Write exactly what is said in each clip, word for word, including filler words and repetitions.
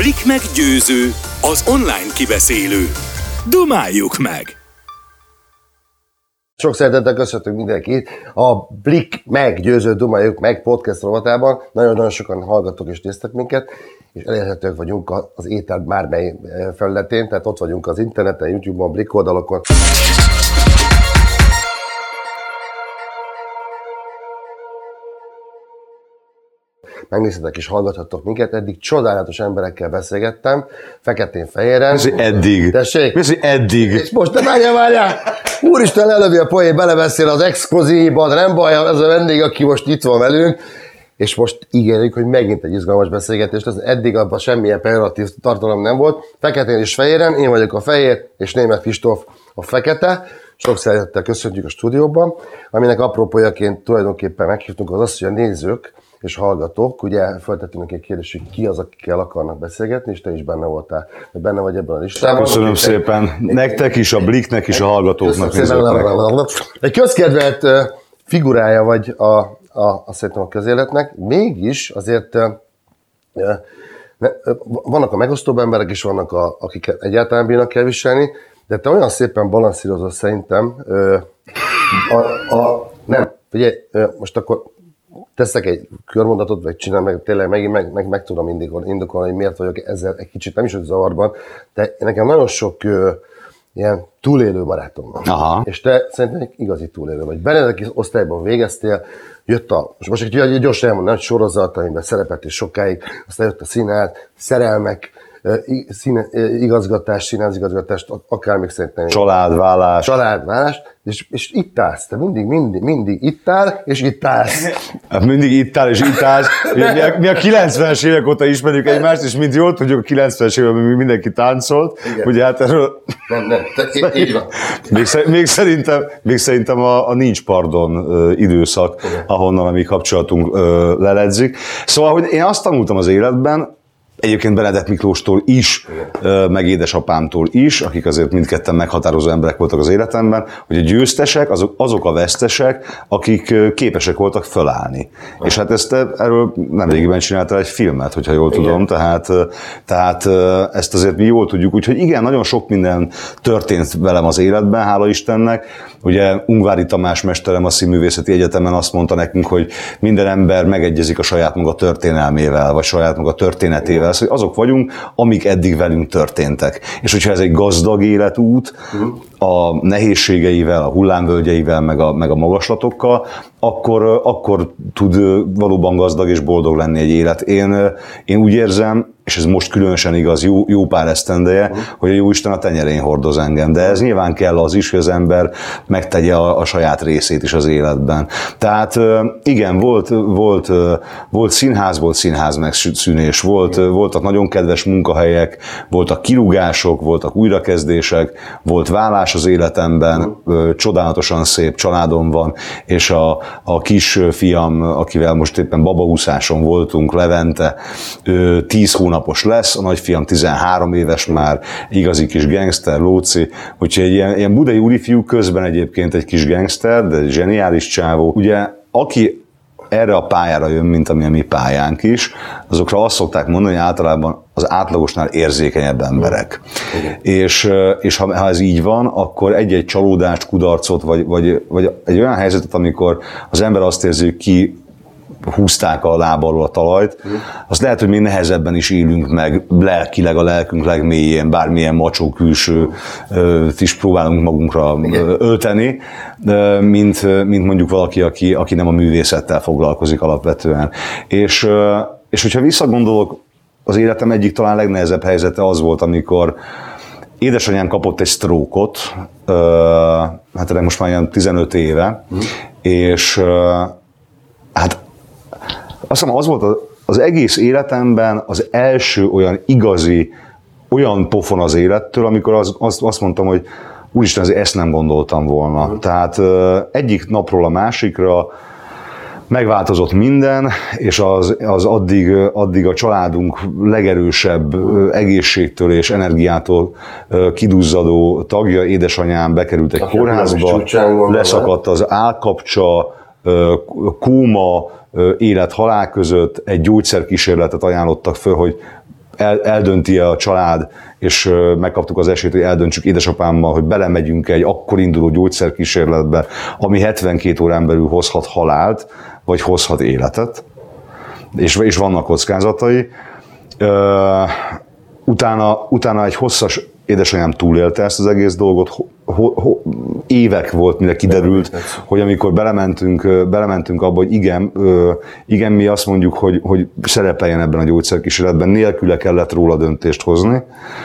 Blik meg Győző, az online kibeszélő. Dumáljuk meg! Sok szeretettel köszöntünk mindenkit a Blik meg Győző, Dumáljuk meg podcast rovatában. Nagyon-nagyon sokan hallgattok és néztek minket, és elérhetők vagyunk az étel bármely felületén, tehát ott vagyunk az interneten, YouTube-on, Blik oldalokon. Megnézhetek és hallgathattok minket. Eddig csodálatos emberekkel beszélgettem, feketén-fehéren. Ez eddig. Tessék? Ez eddig. És most te várjál, várjál! Úristen, előbbi a poén, belebeszél az exkluzívban, de nem baj, ez a vendég, aki most itt van velünk, és most ígérjük, hogy megint egy izgalmas beszélgetés lesz. Eddig abban semmilyen pejoratív tartalom nem volt. Feketén és fehéren, én vagyok a fehér, és Németh Kristóf a fekete. Sok szeretettel köszöntjük a stúdióban, aminek apropójaként tulajdonképpen meghívtunk az azt, hogy a nézők és hallgatók, ugye feltettünk egy kérdést, hogy ki az, akikkel akarnak beszélgetni, és te is benne voltál, vagy benne vagy ebben a listában. Köszönöm Akik szépen, te... nektek is, a Bliknek is, a hallgatóknak. Egy közkedvelt figurája vagy a, a, a, szerintem a közéletnek, mégis azért ne, vannak a megosztóbb emberek is, vannak a, akik egyáltalán bírnak elviselni, de te olyan szépen balanszírozol szerintem, a, a, nem, ugye most akkor teszek egy körmondatot, vagy csinálom meg, tényleg meg, meg, meg, meg tudom indokolni, hogy miért vagyok ezzel egy kicsit, nem is, hogy zavarban, de nekem nagyon sok ö, ilyen túlélő barátom van. Aha. És te szerintem egy igazi túlélő vagy. Benedek osztályban végeztél, jött a, most most egy gyorsan elmondani, hogy sorozat, amiben szerepelt és sokáig, aztán jött a színház, szerelmek, Színe, igazgatás, színházigazgatást, akár még szerintem. Családvállás. Családvállás, és, és itt állsz, te mindig, mindig, mindig itt áll, és itt állsz. Hát mindig itt áll, és itt állsz. Mi a, mi a kilencvenes évek óta ismerjük egymást, és mint jól tudjuk, a kilencvenes években még mindenki táncolt. Igen. Ugye hát erről... Nem, nem, te, így van. Még, még szerintem, még szerintem a, a nincs pardon uh, időszak, igen, ahonnan a mi kapcsolatunk uh, leledzik. Szóval, hogy én azt tanultam az életben, egyébként Benedek Miklóstól is, igen, meg édesapámtól is, akik azért mindketten meghatározó emberek voltak az életemben, hogy a győztesek azok, azok a vesztesek, akik képesek voltak fölállni. Aha. És hát ezt erről nemrégiben csináltál egy filmet, hogyha jól igen, tudom, tehát, tehát ezt azért mi jól tudjuk, úgyhogy igen, nagyon sok minden történt velem az életben, hála Istennek. Ugye Ungvári Tamás mesterem a Színművészeti Egyetemen azt mondta nekünk, hogy minden ember megegyezik a saját maga történelmével, vagy saját maga történetével, hogy azok vagyunk, amik eddig velünk történtek. És hogyha ez egy gazdag életút, a nehézségeivel, a hullámvölgyeivel, meg a, meg a magaslatokkal, akkor, akkor tud valóban gazdag és boldog lenni egy élet. Én, én úgy érzem, és ez most különösen igaz, jó, jó pár esztendeje, hogy a Jóisten a tenyerén hordoz engem. De ez nyilván kell az is, hogy az ember megtegye a, a saját részét is az életben. Tehát igen, volt, volt, volt színház, volt színház megszűnés, volt, voltak nagyon kedves munkahelyek, voltak kirúgások, voltak újrakezdések, volt vállás az életemben, csodálatosan szép családom van, és a, a kisfiam, akivel most éppen babaúszáson voltunk, Levente, tíz hónapos lesz, a nagyfiam tizenhárom éves már, igazi kis gangster, Lóci, úgyhogy egy ilyen, ilyen budai úrifiú, közben egyébként egy kis gangster, de egy zseniális csávó. Ugye, aki erre a pályára jön, mint ami a mi pályánk is, azokra azt szokták mondani, hogy általában az átlagosnál érzékenyebb emberek. Okay. És, és ha, ha ez így van, akkor egy-egy csalódást, kudarcot, vagy, vagy, vagy egy olyan helyzetet, amikor az ember azt érzi, hogy ki húzták a lába alól a talajt, azt lehet, hogy még nehezebben is élünk meg lelkileg, a lelkünk legmélyén, bármilyen macsó külső is próbálunk magunkra ölteni, mint, mint mondjuk valaki, aki, aki nem a művészettel foglalkozik alapvetően. És, és hogyha visszagondolok, az életem egyik talán legnehezebb helyzete az volt, amikor édesanyám kapott egy stroke-ot, hát ennek most már ilyen tizenöt éve, mm. és hát azt hiszem, az volt az egész életemben az első olyan igazi, olyan pofon az élettől, amikor az, az, azt mondtam, hogy úristen, azért ezt nem gondoltam volna. Mm. Tehát egyik napról a másikra megváltozott minden, és az, az addig, addig a családunk legerősebb egészségtől és energiától kiduzzadó tagja, édesanyám bekerült egy a kórházba, leszakadt az állkapcsa, kóma, élet-halál között, egy gyógyszerkísérletet ajánlottak föl, hogy el, eldönti a család, és megkaptuk az esélyt, hogy eldöntsük édesapámmal, hogy belemegyünk egy akkor induló gyógyszerkísérletbe, ami hetvenkét órán belül hozhat halált, vagy hozhat életet, és, és vannak kockázatai. Utána, utána egy hosszas, édesanyám túlélte ezt az egész dolgot, ho, ho, évek volt, mire kiderült, hogy amikor belementünk, belementünk abba, hogy igen, igen, mi azt mondjuk, hogy, hogy szerepeljen ebben a gyógyszerkísérletben, nélküle kellett róla döntést hozni.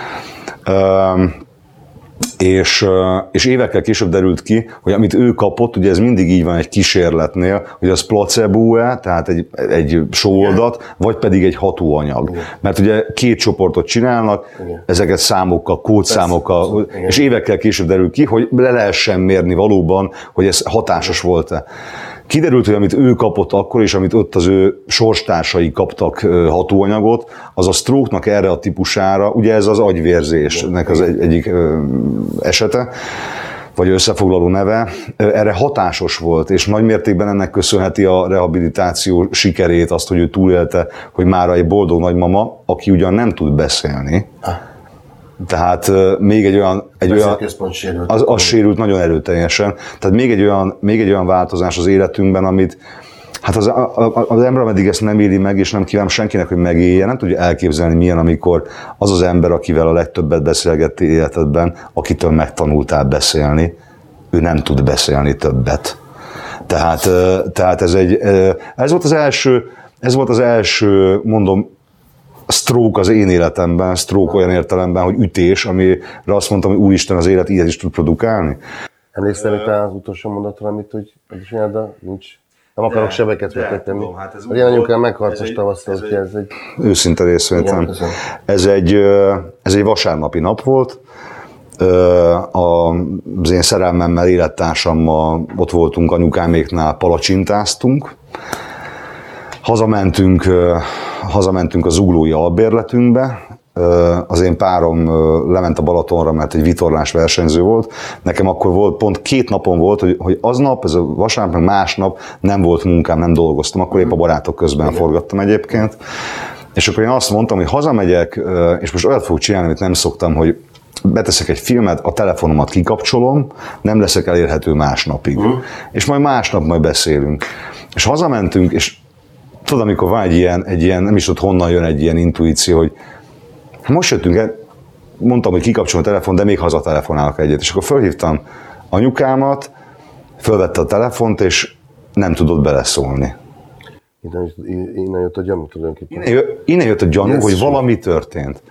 És, és évekkel később derült ki, hogy amit ő kapott, ugye ez mindig így van egy kísérletnél, hogy az placebo-e, tehát egy, egy sóoldat, vagy pedig egy hatóanyag. Igen. Mert ugye két csoportot csinálnak, igen, ezeket számokkal, kódszámokkal, persze, és évekkel később derül ki, hogy le lehessen mérni valóban, hogy ez hatásos volt-e. Kiderült, hogy amit ő kapott akkor, és amit ott az ő sorstársai kaptak hatóanyagot, az a stroke-nak erre a típusára, ugye ez az agyvérzésnek az egy, egyik esete, vagy összefoglaló neve, erre hatásos volt, és nagy mértékben ennek köszönheti a rehabilitáció sikerét, azt, hogy ő túlélte, hogy mára egy boldog nagymama, aki ugyan nem tud beszélni, tehát még egy olyan, egy olyan az, az sérült nagyon erőteljesen, tehát még egy, olyan, még egy olyan változás az életünkben, amit hát az, az ember, ameddig ezt nem éli meg, és nem kívánom senkinek, hogy megélje, nem tudja elképzelni, milyen, amikor az az ember, akivel a legtöbbet beszélgettél életedben, akitől megtanultál beszélni, ő nem tud beszélni többet. Tehát, tehát ez, egy, ez volt az első, ez volt az első, mondom, stroke az én életemben, stroke olyan értelemben, hogy ütés, amire azt mondtam, hogy úristen, az élet ilyet is tud produkálni. Emlékszel uh, az utolsó mondatra, amit úgy de nincs? Nem akarok de, sebeket vetetni. Hát az én anyukám meghalt tavasszal, hogy ez egy... Őszinte részvétem. Ez egy, ez egy vasárnapi nap volt. Az én szerelmemmel, élettársammal ott voltunk, anyukáméknál palacsintáztunk. Hazamentünk, hazamentünk a zuglói albérletünkbe, az én párom lement a Balatonra, mert egy vitorlás versenyző volt. Nekem akkor volt, pont két napon volt, hogy, hogy aznap, ez a vasárnap, meg másnap nem volt munkám, nem dolgoztam, akkor épp a barátok közben forgattam egyébként. És akkor én azt mondtam, hogy hazamegyek, és most olyat fogok csinálni, amit nem szoktam, hogy beteszek egy filmet, a telefonomat kikapcsolom, nem leszek elérhető másnapig. Uh-huh. És majd másnap majd beszélünk. És hazamentünk, és tudod, amikor van egy ilyen, egy ilyen, nem is tudod honnan jön egy ilyen intuíció, hogy most jöttünk el, mondtam, hogy kikapcsolom a telefon, de még hazatelefonálok egyet. És akkor fölhívtam anyukámat, fölvette a telefont, és nem tudott beleszólni. Innen jött a gyanú tulajdonképpen. Innen, innen jött a gyanú, yes, hogy valami történt.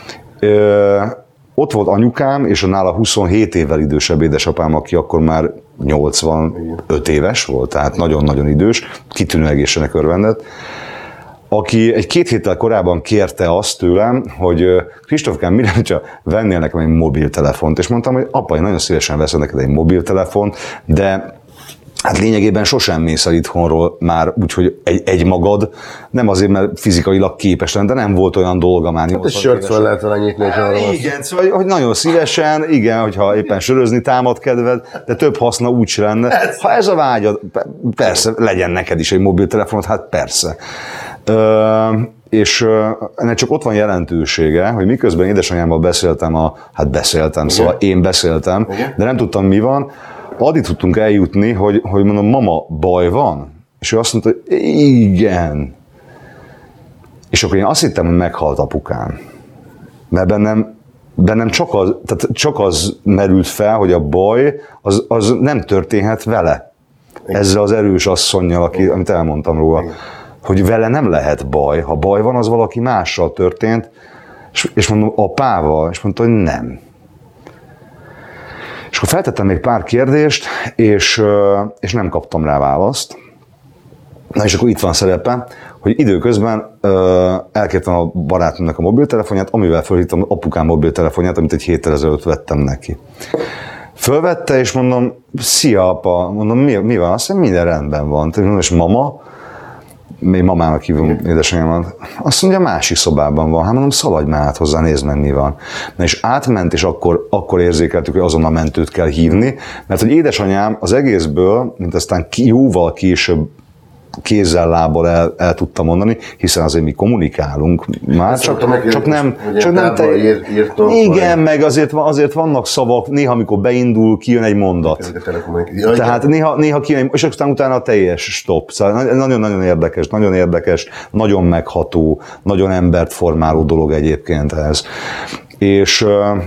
Ö, ott volt anyukám, és a nála huszonhét évvel idősebb édesapám, aki akkor már nyolcvanöt éves volt, tehát nagyon-nagyon idős, kitűnő egészségnek örvendett, aki egy két héttel korábban kérte azt tőlem, hogy Kristófkám, mire, hogyha vennél nekem egy mobiltelefont, és mondtam, hogy apa, én nagyon szívesen veszem neked egy mobiltelefont, de hát lényegében sosem mész el itthonról már úgyhogy egy, egy magad, nem azért, mert fizikailag képes lenne, de nem volt olyan dolga már. Hát egy sört fel lehet vele nyitni, és arra van. Igen, szóval, hogy nagyon szívesen, igen, hogyha éppen sörözni támad kedved, de több haszna úgy lenne. Ha ez a vágyad, persze, legyen neked is egy mobiltelefonod, hát persze. Ö, és ennek csak ott van jelentősége, hogy miközben édesanyámmal beszéltem, a, hát beszéltem, igen, szóval én beszéltem, igen, de nem tudtam mi van, addig tudtunk eljutni, hogy, hogy mondom, mama, baj van? És ő azt mondta, hogy igen. És akkor én azt hittem, hogy meghalt apukám. Mert bennem, bennem csak, az, tehát csak az merült fel, hogy a baj, az, az nem történhet vele. Igen. Ezzel az erős asszonnyal, aki, amit elmondtam róla. Igen. Hogy vele nem lehet baj. Ha baj van, az valaki mással történt. És, és mondom, apával, és mondta, hogy nem. És akkor feltettem még pár kérdést, és, és nem kaptam rá választ. Na és akkor itt van szerepe, hogy időközben elkértem a barátomnak a mobiltelefonját, amivel felhívtam apukám mobiltelefonját, amit egy héttel ezelőtt vettem neki. Fölvette, és mondom, szia apa, mondom, mi, mi van? Azt mondja, minden rendben van. És mama, még mamának hívom édesanyámat, azt mondja, másik szobában van. Hát mondom, szaladj már át hozzá, nézd meg, mi van. Na és átment, és akkor, akkor érzékeltük, hogy azonnal mentőt kell hívni, mert hogy édesanyám az egészből, mint aztán jóval később kézzel, lábbal el, el tudta mondani, hiszen azért mi kommunikálunk már, Ezt csak, meg, csak nem... Csak nem te, ír, írtok, igen, vagy... meg azért, azért vannak szavak, néha amikor beindul, kijön egy mondat. Ja, Tehát néha, néha kijön, és aztán utána a teljes stop. Szóval nagyon-nagyon érdekes, nagyon érdekes, nagyon megható, nagyon embert formáló dolog egyébként ez. És...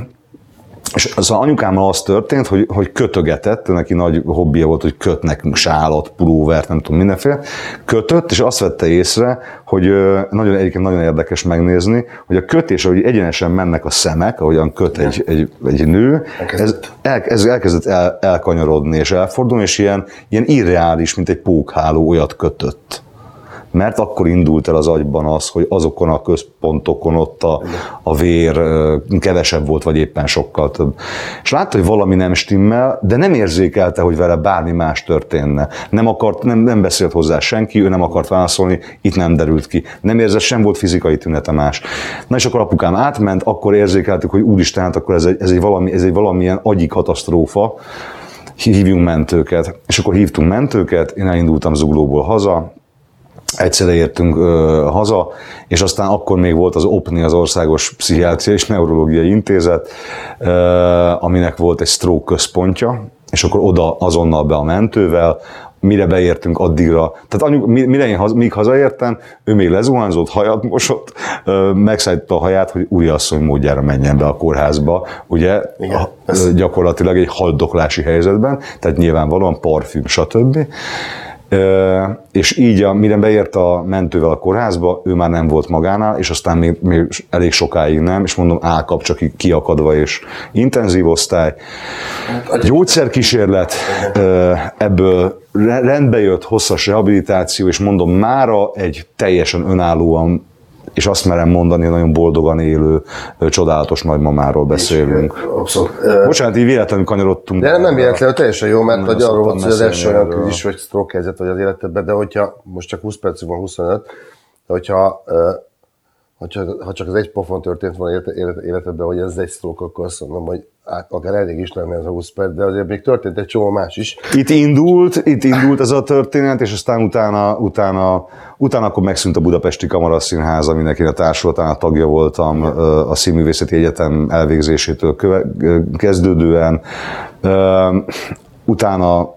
És az anyukámmal az történt, hogy, hogy kötögetett, neki nagy hobbija volt, hogy köt nekünk sálat, pulóvert, nem tudom, mindenféle. Kötött, és azt vette észre, hogy nagyon, egyébként nagyon érdekes megnézni, hogy a kötés, ahogy egyenesen mennek a szemek, ahogyan köt egy, egy, egy nő, ez, el, ez elkezdett el, elkanyarodni és elfordulni, és ilyen, ilyen irreális, mint egy pókháló olyat kötött. Mert akkor indult el az agyban az, hogy azokon a központokon ott a, a vér kevesebb volt, vagy éppen sokkal több. És látta, hogy valami nem stimmel, de nem érzékelte, hogy vele bármi más történne. Nem, akart, nem, nem beszélt hozzá senki, ő nem akart válaszolni, itt nem derült ki. Nem érzett, sem volt fizikai tünete más. Na és akkor apukám átment, akkor érzékeltük, hogy úristen, hát akkor ez egy, ez egy, valami, ez egy valamilyen agyi katasztrófa, hívjunk mentőket. És akkor hívtunk mentőket, én elindultam Zuglóból haza, egyszerre értünk ö, haza, és aztán akkor még volt az o pé en i, az Országos Pszichiátriai és Neurológiai Intézet, ö, aminek volt egy stroke központja, és akkor oda azonnal be a mentővel, mire beértünk addigra, tehát anyu, mire én haza, míg hazaértem, ő még lezuhanyzott, hajat mosott, megszállította a haját, hogy úriasszony módjára menjen be a kórházba, ugye igen, a, gyakorlatilag egy haldoklási helyzetben, tehát nyilvánvalóan parfüm, stb. Uh, és így, a, mire beért a mentővel a kórházba, ő már nem volt magánál, és aztán még, még elég sokáig nem, és mondom, állkap csak kiakadva, és intenzív osztály. Gyógyszerkísérlet, uh, ebből rendbe jött hosszas rehabilitáció, és mondom, mára egy teljesen önállóan, és azt merem mondani, nagyon boldogan élő, csodálatos nagymamáról beszélünk. Abszolút. Bocsánat, így véletlenül kanyarodtunk. De nem véletlenül, teljesen jó, mert hogy arról volt, hogy az első olyan krízis, vagy stroke helyzet vagy az életedben, de hogyha most csak húsz percig van, huszonöt, de hogyha, hogyha ha csak az egy pofon történt volna életedben, hogy ez egy stroke, akkor azt mondom, hogy akár elég is lenne ez a húsz perc, de azért még történt egy csomó más is. Itt indult, itt indult ez a történet, és aztán utána, utána, utána akkor megszűnt a Budapesti Kamaraszínház, aminek én a társulatának tagja voltam a Színművészeti Egyetem elvégzésétől köve, kezdődően. Utána,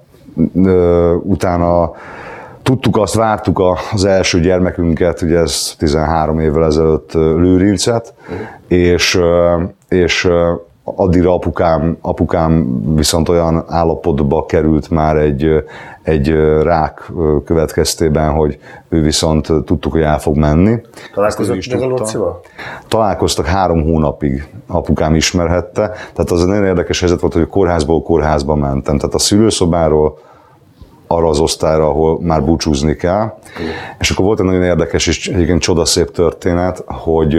utána tudtuk azt, vártuk az első gyermekünket, ugye ez tizenhárom évvel ezelőtt, Lőrincet, és, és addigra apukám, apukám viszont olyan állapotba került már egy, egy rák következtében, hogy ő viszont tudtuk, hogy el fog menni. Találkozott meg a Lócival? Találkoztak három hónapig, apukám ismerhette. Tehát az egy nagyon érdekes helyzet volt, hogy kórházból kórházba mentem. Tehát a szülőszobáról arra az osztályra, ahol már búcsúzni kell. Mm. És akkor volt egy nagyon érdekes és egyébként csodaszép történet, hogy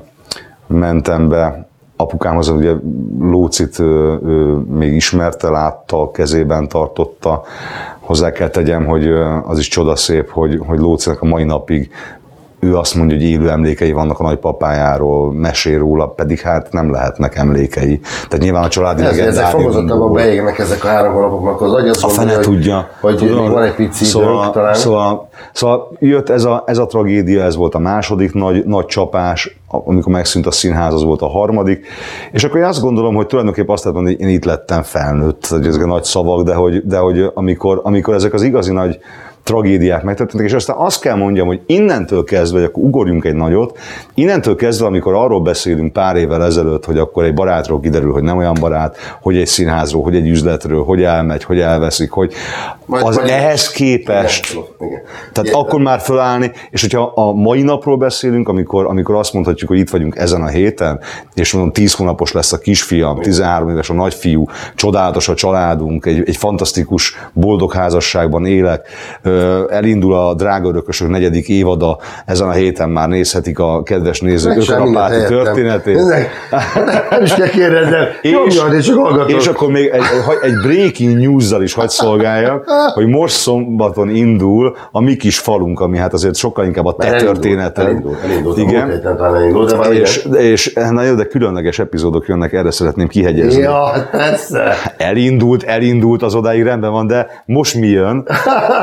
mentem be apukámhoz, ugye Lócit ő, ő még ismerte, látta, kezében tartotta. Hozzá kell tegyem, hogy az is csodaszép, hogy, hogy Lócinak a mai napig ő azt mondja, hogy élő emlékei vannak a nagypapájáról, mesél róla, pedig hát nem lehetnek emlékei. Tehát nyilván a családi legendáriumból. Ezek fogozottabban beégnek ezek a három hónapoknak az agy, azt a fene mondja, tudja. Hogy, hogy még van egy pici szóval, időnk talán. Szóval, szóval jött ez a, ez a tragédia, ez volt a második nagy, nagy csapás, amikor megszűnt a színház, az volt a harmadik. És akkor én azt gondolom, hogy tulajdonképpen azt lehet mondani, hogy én itt lettem felnőtt, hogy ezek a nagy szavak, de hogy, de hogy amikor, amikor ezek az igazi nagy tragédiák megtörténtek, és aztán azt kell mondjam, hogy innentől kezdve, hogy akkor ugorjunk egy nagyot, innentől kezdve, amikor arról beszélünk pár évvel ezelőtt, hogy akkor egy barátról kiderül, hogy nem olyan barát, hogy egy színházról, hogy egy üzletről, hogy elmegy, hogy elveszik, hogy majd, az majd ehhez képest, igen, igen. Tehát igen. Akkor már fölállni, és hogyha a mai napról beszélünk, amikor, amikor azt mondhatjuk, hogy itt vagyunk ezen a héten, és mondom, tíz hónapos lesz a kisfiam, tizenhárom éves a nagyfiú, csodálatos a családunk, egy, egy fantasztikus boldog házasságban élek, elindul a Drága Örökösök negyedik évada, ezen a héten már nézhetik a kedves nézők Ökörapáti történetét. Nem is kell kérdezni, nyomjad és csak hallgatok. És akkor még egy, egy breaking news-zal is hadd szolgáljak, hogy most szombaton indul a mi kis falunk, ami hát azért sokkal inkább a te történeted. Elindult, elindult, igen. elindult, de és, és na jó, de különleges epizódok jönnek, erre szeretném kihegyezni. Ja, persze. Elindult, elindult, az odáig rendben van, de most mi jön?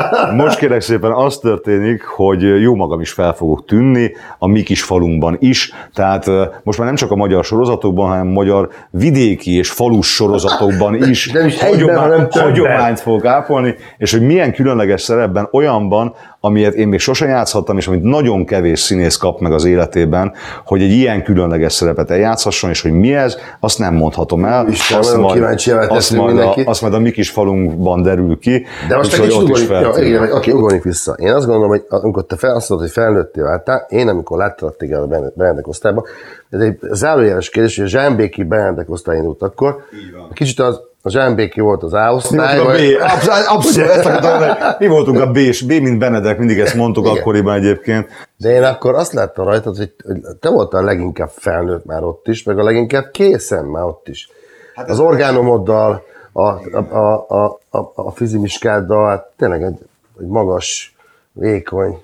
most kérlek szépen az történik, hogy jó magam is fel fogok tűnni, a mi kis falunkban is, tehát most már nem csak a magyar sorozatokban, hanem a magyar vidéki és falus sorozatokban is, is hagyomány, egyben, hagyományt fogok ápolni, és hogy milyen különleges szerepben, olyanban, amilyet én még sosem játszhattam, és amit nagyon kevés színész kap meg az életében, hogy egy ilyen különleges szerepet eljátszhasson, és hogy mi ez, azt nem mondhatom el. Isten, azt, majd, azt, majd a, azt majd a mi kis falunkban derül ki. De most egy kicsit oké, ugorjunk vissza. Én azt gondolom, hogy amikor te fel, azt mondod, hogy felnőttél váltál, én amikor láttalak téged a Benedek osztályban, ez egy zárójeles kérdés, hogy a Zsámbéki Benedek osztály indult akkor. Kicsit az a Zsámbéki volt az A osztály. A B. Abszolút, abszolút ezt akartam, mi voltunk a B, B, mint Benedek, mindig ezt mondtuk. Igen. Akkoriban egyébként. De én akkor azt láttam rajtad, hogy te voltál a leginkább felnőtt már ott is, meg a leginkább készen már ott is. Hát az orgánomoddal, a, a, a, a, a, a fizimiskáddal, hát tényleg egy, egy magas, vékony.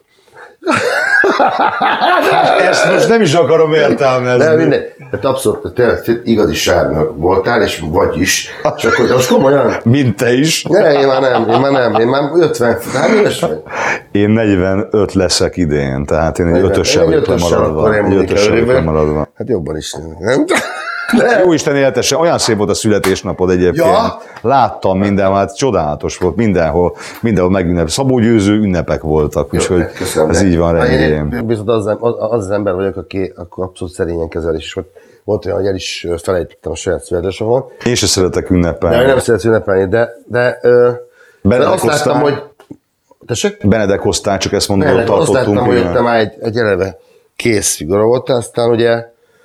Ezt most nem is akarom értelmezni. Nem, minden. Hát abszolút, tényleg igazi sárnok voltál, és vagy is. Csak hogy az komolyan. Mint te is. Ne, én már nem, én már nem. Én már ötven, hány éves vagy? Én negyvenöt leszek idén, tehát én egy ötössel vagyok lemaradva. Egy ötössel vagyok lemaradva. Hát jobban is nem. De. Jó Isten éltesse, olyan szép volt a születésnapod egyébként. Ja? Láttam mindenhol, hát csodálatos volt mindenhol, mindenhol megünnep. Szabó Győző ünnepek voltak, úgyhogy ez így van rendjén. Biztos az, az, az az ember vagyok, aki akkor abszolút szerényen kezel is. Volt olyan, hogy el is felejtettem a saját születésnapot. Én sem szeretek ünnepelni. De nem szeretsz ünnepelni, de, de, de azt láttam, hogy... Tessék? Benedek osztály, csak ezt mondom, hogy tartottunk. Azt láttam, hogy te már egy, egy eleve kész figura voltál, aztán ugye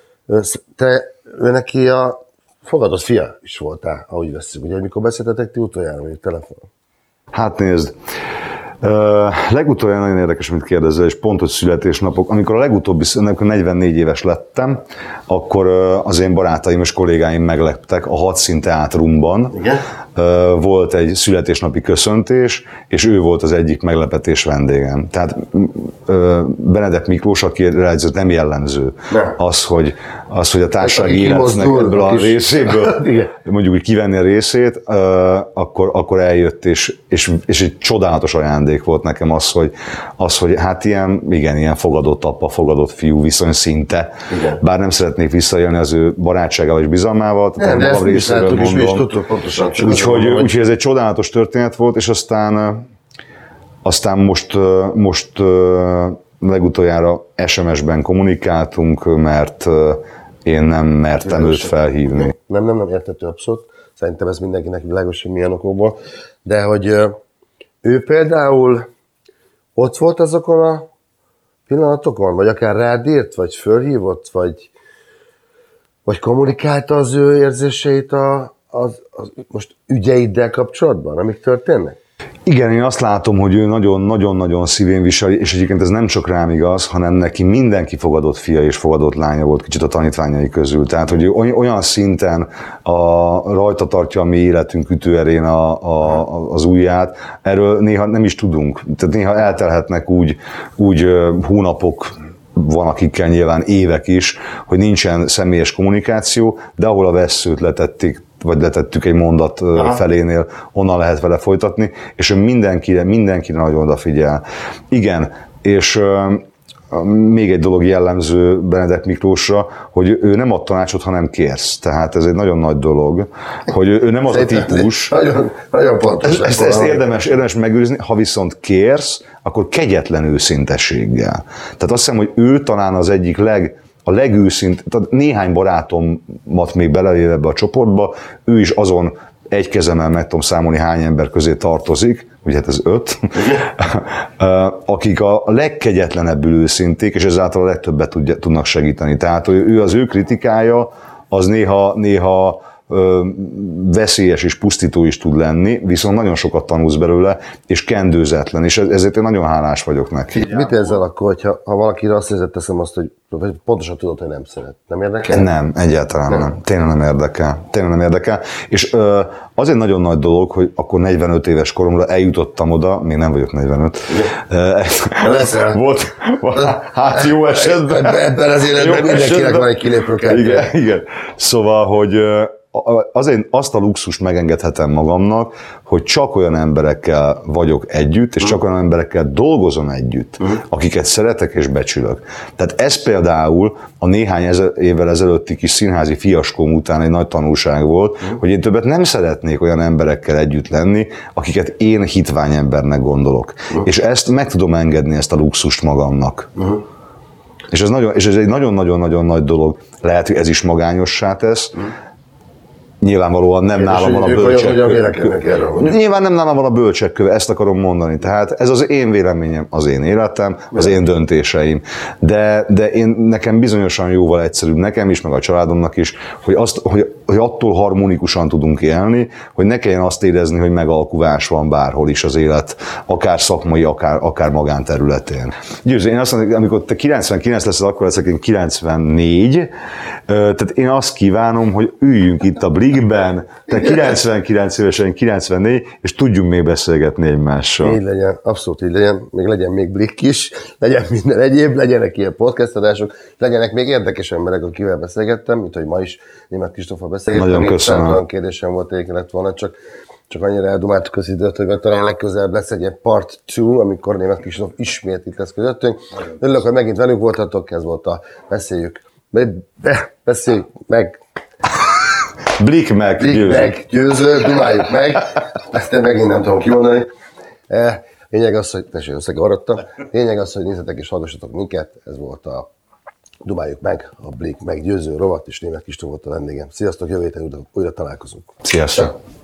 te ő neki a fogadott fia is voltál, ahogy veszünk. Ugye, mikor beszéltetek ti utoljára, vagy telefonon? Hát nézd, uh, legutoljára nagyon érdekes, amit kérdezel, és pont, hogy születésnapok. Amikor a legutóbbi, amikor negyvennégy éves lettem, akkor uh, az én barátaim és kollégáim megleptek a Hadszín Teátrumban. Igen? Uh, volt egy születésnapi köszöntés, és ő volt az egyik meglepetés vendégem. Tehát uh, Benedek Miklós, akire ez nem jellemző, ne. az, hogy, az, hogy a társasági életnek ebből a részéből, mondjuk, hogy kivenni a részét, uh, akkor, akkor eljött, és, és, és egy csodálatos ajándék volt nekem az, hogy, az, hogy hát ilyen, igen, ilyen fogadott apa, fogadott fiú viszony szinte, igen. Bár nem szeretnék visszaélni az ő barátságával és bizalmával, tehát nem, a maga részéről mondom. Úgyhogy, úgyhogy ez egy csodálatos történet volt, és aztán, aztán most, most legutoljára es em es-ben kommunikáltunk, mert én nem mertem őt felhívni. Nem, nem, nem értető abszolút. Szerintem ez mindenkinek világos, hogy milyen okokból. De hogy ő például ott volt azokon a pillanatokon, vagy akár rád írt, vagy fölhívott, vagy, vagy kommunikálta az ő érzéseit a, az, az most ügyeiddel kapcsolatban, amik történnek? Igen, én azt látom, hogy ő nagyon-nagyon-nagyon szívén viseli, és egyébként ez nem csak rám igaz, hanem neki mindenki fogadott fia és fogadott lánya volt kicsit a tanítványai közül. Tehát, hogy olyan szinten a, rajta tartja a mi életünk ütőerén a, a, az ujját, erről néha nem is tudunk. Tehát néha eltelhetnek úgy, úgy hónapok, van akikkel nyilván évek is, hogy nincsen személyes kommunikáció, de ahol a vesszőt letették, vagy letettük egy mondat Aha. felénél, onnan lehet vele folytatni, és ő mindenkire, mindenkire nagyon odafigyel. Igen, és uh, még egy dolog jellemző Benedek Miklósra, hogy ő nem ad tanácsot, hanem kérsz. Tehát ez egy nagyon nagy dolog, hogy ő nem az a típus. Nagyon, nagyon pontos. Ezt, ezt érdemes, érdemes megőrizni, ha viszont kérsz, akkor kegyetlen őszintességgel. Tehát azt hiszem, hogy ő talán az egyik leg a legőszint, tehát néhány barátomat még belevéve ebbe a csoportba, ő is azon egy kezemmel meg tudom számolni, hány ember közé tartozik, ugye hát ez öt, akik a legkegyetlenebbül őszinték, és ezáltal a legtöbbet tudnak segíteni. Tehát ő az ő kritikája, az néha, néha veszélyes és pusztító is tud lenni, viszont nagyon sokat tanulsz belőle, és kendőzetlen, és ezért én nagyon hálás vagyok neki. Mit érzel akkor, hogyha, ha valakire azt érzed, teszem azt, hogy pontosan tudod, hogy nem szeret? Nem érdekel? Nem, egyáltalán nem. nem. Tényleg nem érdekel. Tényleg nem érdekel. És ö, az egy nagyon nagy dolog, hogy akkor negyvenöt éves koromra eljutottam oda, még nem vagyok negyvenöt. Volt, hát jó esetben. Ebben az életben mindenkinek van egy kilépő kettő. Igen, igen. Szóval, hogy azért azt a luxust megengedhetem magamnak, hogy csak olyan emberekkel vagyok együtt, és csak olyan emberekkel dolgozom együtt, akiket szeretek és becsülök. Tehát ez például a néhány ezer, évvel ezelőtti kis színházi fiaskóm után egy nagy tanulság volt, hogy én többet nem szeretnék olyan emberekkel együtt lenni, akiket én hitványembernek gondolok. És ezt meg tudom engedni, ezt a luxust magamnak. És ez, nagyon, és ez egy nagyon-nagyon-nagyon nagy dolog. Lehet, hogy ez is magányossá tesz. Nyilvánvalóan nem nálam van a bölcsekköve. Nyilván nem nálam van a bölcsekköve, ezt akarom mondani. Tehát ez az én véleményem, az én életem, az én döntéseim. De, de én, nekem bizonyosan jóval egyszerűbb, nekem is, meg a családomnak is, hogy, azt, hogy, hogy attól harmonikusan tudunk élni, hogy ne kelljen azt érezni, hogy megalkuvás van bárhol is az élet, akár szakmai, akár, akár magánterületén. Győző, én azt mondom, hogy amikor te kilencvenkilenc leszel, akkor leszek én kilencvennégy, tehát én azt kívánom, hogy üljünk itt a Blikben, te kilencvenkilenc évesen, kilencvennégy, és tudjunk még beszélgetni egymással. Így legyen, abszolút így legyen, még legyen még Blik is, legyen minden egyéb, legyenek ilyen podcast adások, legyenek még érdekes emberek, akivel beszélgettem, mint hogy ma is Németh Kristóffal beszélgettem. Nagyon köszönöm. Olyan kérdésem volt, éken lett volna, csak, csak annyira eldomáltuk az időt, hogy talán legközelebb lesz egy ilyen part kettő, amikor Németh Kristóff ismét itt lesz közöttünk. Örülök, hogy megint velünk voltatok, ez volt a Beszéljük, beszéljük meg. Blik meg, Blik győző. meg, győző, dumáljuk meg. Ezt én megint nem tudom kimondani. Lényeg az, hogy tessék, összekavarodtam. Lényeg az, hogy nézzetek és hallgassatok minket. Ez volt a Dumáljuk meg, a Blik meg győző rovat, és Németh Kristóff volt a vendégem. Sziasztok, jövő héten újra találkozunk. Sziasztok.